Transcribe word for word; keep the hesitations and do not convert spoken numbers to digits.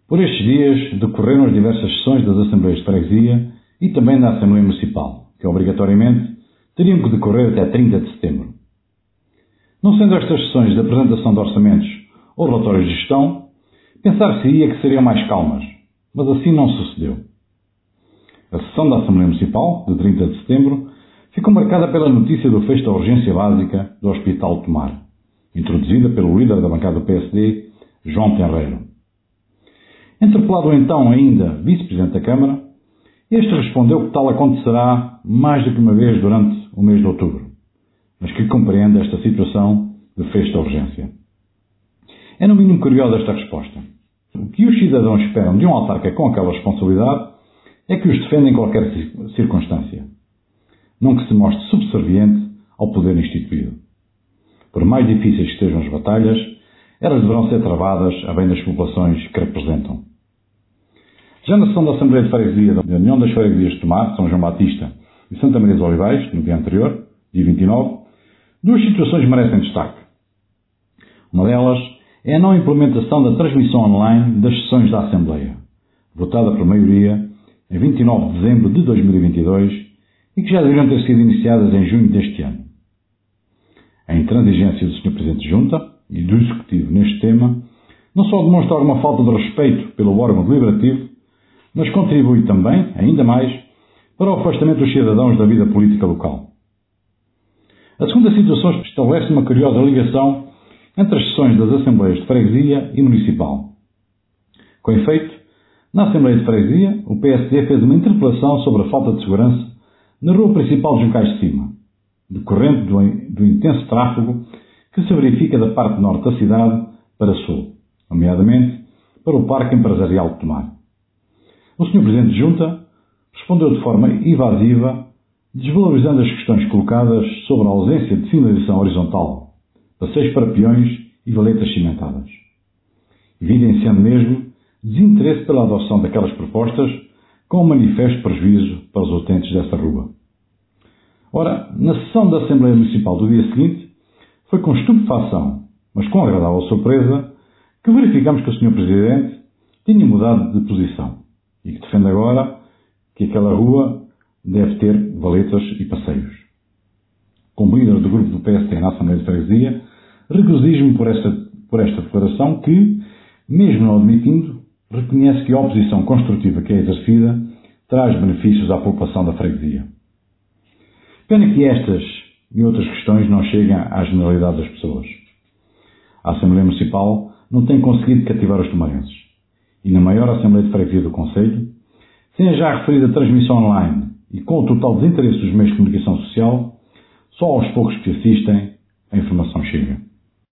Por estes dias decorreram as diversas sessões das Assembleias de Freguesia e também da Assembleia Municipal, que obrigatoriamente teriam que decorrer até trinta de setembro. Não sendo estas sessões de apresentação de orçamentos ou relatórios de gestão, pensar-se-ia que seriam mais calmas, mas assim não sucedeu. A sessão da Assembleia Municipal, de trinta de setembro, ficou marcada pela notícia do fecho da urgência básica do Hospital de Tomar, introduzida pelo líder da bancada do P S D, João Tenreiro. Interpelado então ainda vice-presidente da Câmara, este respondeu que tal acontecerá mais do que uma vez durante o mês de outubro, mas que compreende esta situação de fecho da urgência. É no mínimo curiosa esta resposta. O que os cidadãos esperam de um autarca com aquela responsabilidade é que os defenda em qualquer circunstância, não que se mostre subserviente ao poder instituído. Por mais difíceis que estejam as batalhas, elas deverão ser travadas a bem das populações que representam. Já na sessão da Assembleia de Freguesia da União das Freguesias de Tomar, São João Batista e Santa Maria dos Olivais, no dia anterior, dia vinte e nove, duas situações merecem destaque. Uma delas é a não implementação da transmissão online das sessões da Assembleia, votada por maioria em vinte e nove de dezembro de dois mil e vinte e dois e que já deveriam ter sido iniciadas em junho deste ano. A intransigência do senhor Presidente de Junta e do Executivo neste tema não só demonstra alguma falta de respeito pelo órgão deliberativo, mas contribui também, ainda mais, para o afastamento dos cidadãos da vida política local. A segunda situação estabelece uma curiosa ligação entre as sessões das Assembleias de Freguesia e Municipal. Com efeito, na Assembleia de Freguesia, o P S D fez uma interpelação sobre a falta de segurança na rua principal de Juncais de Cima, decorrente do, do intenso tráfego que se verifica da parte norte da cidade para sul, nomeadamente para o Parque Empresarial de Tomar. O senhor Presidente de Junta respondeu de forma evasiva, desvalorizando as questões colocadas sobre a ausência de sinalização horizontal, passeios para peões e valetas cimentadas, evidenciando mesmo desinteresse pela adoção daquelas propostas com um manifesto prejuízo para os utentes dessa rua. Ora, na sessão da Assembleia Municipal do dia seguinte, foi com estupefação, mas com agradável surpresa, que verificamos que o senhor Presidente tinha mudado de posição e que defende agora que aquela rua deve ter valetas e passeios. Como líder do grupo do P S D na Assembleia de Freguesia, regozijo-me por esta, por esta declaração que, mesmo não admitindo, reconhece que a oposição construtiva que é exercida traz benefícios à população da freguesia. Pena que estas e outras questões não cheguem à generalidade das pessoas. A Assembleia Municipal não tem conseguido cativar os tomarenses. E na maior Assembleia de Freguesia do Concelho, sem a já referida transmissão online e com o total desinteresse dos meios de comunicação social, só aos poucos que assistem, a informação chega.